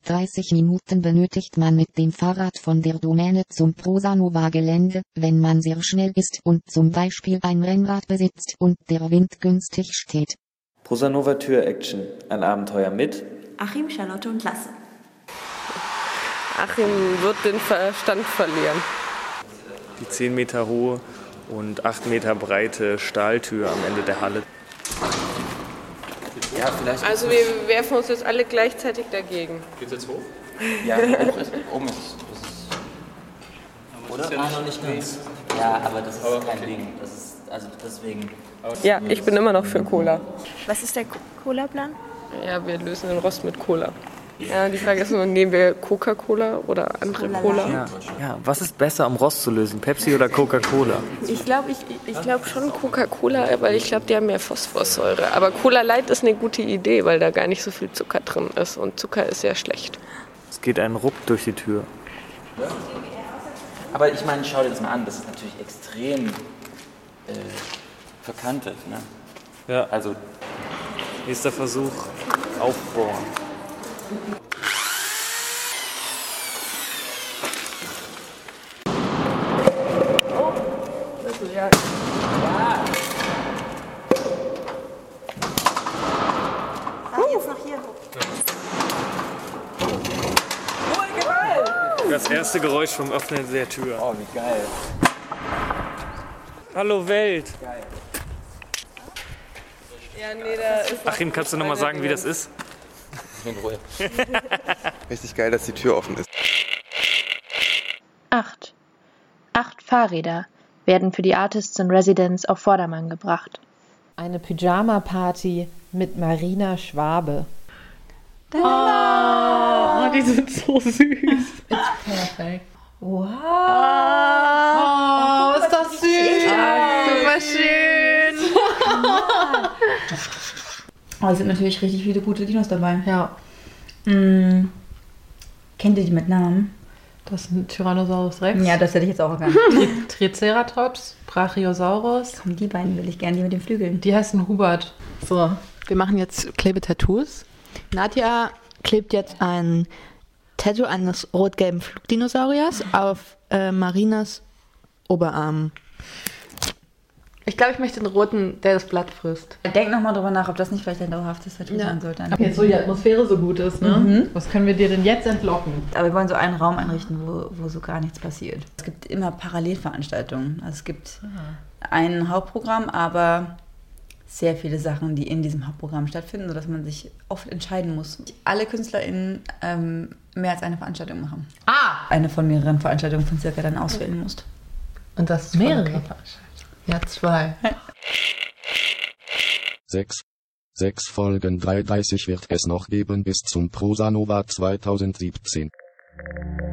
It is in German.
30 Minuten benötigt man mit dem Fahrrad von der Domäne zum Prosanova-Gelände, wenn man sehr schnell ist und zum Beispiel ein Rennrad besitzt und der Wind günstig steht. Prosanova Tür-Action. Ein Abenteuer mit Achim, Charlotte und Lasse. Achim wird den Verstand verlieren. Die 10 Meter hohe und 8 Meter breite Stahltür am Ende der Halle. Ja, vielleicht. Also wir werfen uns jetzt alle gleichzeitig dagegen. Geht's jetzt hoch? Ja, hoch ist oben ist. Oder? Ja, noch nicht ganz. Ja, aber das ist kein Ding. Das ist, also deswegen. Ja, ich bin immer noch für Cola. Was ist der Cola-Plan? Ja, wir lösen den Rost mit Cola. Ja, die Frage ist nur, nehmen wir Coca-Cola oder andere Cola? Ja, was ist besser, um Rost zu lösen? Pepsi oder Coca-Cola? Ich glaube schon Coca-Cola, weil ich glaube, die haben mehr Phosphorsäure. Aber Cola Light ist eine gute Idee, weil da gar nicht so viel Zucker drin ist. Und Zucker ist sehr schlecht. Es geht ein Ruck durch die Tür. Aber ich meine, schau dir das mal an, das ist natürlich extrem verkantet. Ne? Ja. Also, Nächster Versuch, aufbohren. Jetzt noch hier. Das erste Geräusch vom Öffnen der Tür. oh, wie geil. Hallo Welt! Ja, nee, da ist Achim, kannst du noch mal sagen, wie das ist? In Ruhe. Richtig geil, dass die Tür offen ist. 8 Fahrräder werden für die Artists in Residence auf Vordermann gebracht. Eine Pyjama-Party mit Marina Schwabe. Oh, die sind so süß. It's perfect. Wow. Oh, ist das süß. Super schön. Oh, es sind natürlich richtig viele gute Dinos dabei. Ja. Kennt ihr die mit Namen? Das ist ein Tyrannosaurus Rex. Ja, das hätte ich jetzt auch erkannt. Triceratops, Brachiosaurus. Komm, die beiden will ich gerne, die mit den Flügeln. Die heißen Hubert. So, wir machen jetzt Klebetattoos. Nadja klebt jetzt ein Tattoo eines rot-gelben Flugdinosauriers auf Marinas Oberarm. Ich glaube, ich möchte den roten, der das Blatt frisst. Denk nochmal drüber nach, ob das nicht vielleicht ein dauerhaftes Tattoo sein sollte. Jetzt, wo die Atmosphäre so gut ist, ne? Was können wir dir denn jetzt entlocken? Aber wir wollen so einen Raum einrichten, wo so gar nichts passiert. Es gibt immer Parallelveranstaltungen. Also es gibt ein Hauptprogramm, aber sehr viele Sachen, die in diesem Hauptprogramm stattfinden, sodass man sich oft entscheiden muss. Alle KünstlerInnen mehr als eine Veranstaltung machen. Eine von mehreren Veranstaltungen von circa dann auswählen musst. Und das mehrere Veranstaltungen? Ja, 2. 6 Folgen 33 wird es noch geben bis zum Prosanova 2017.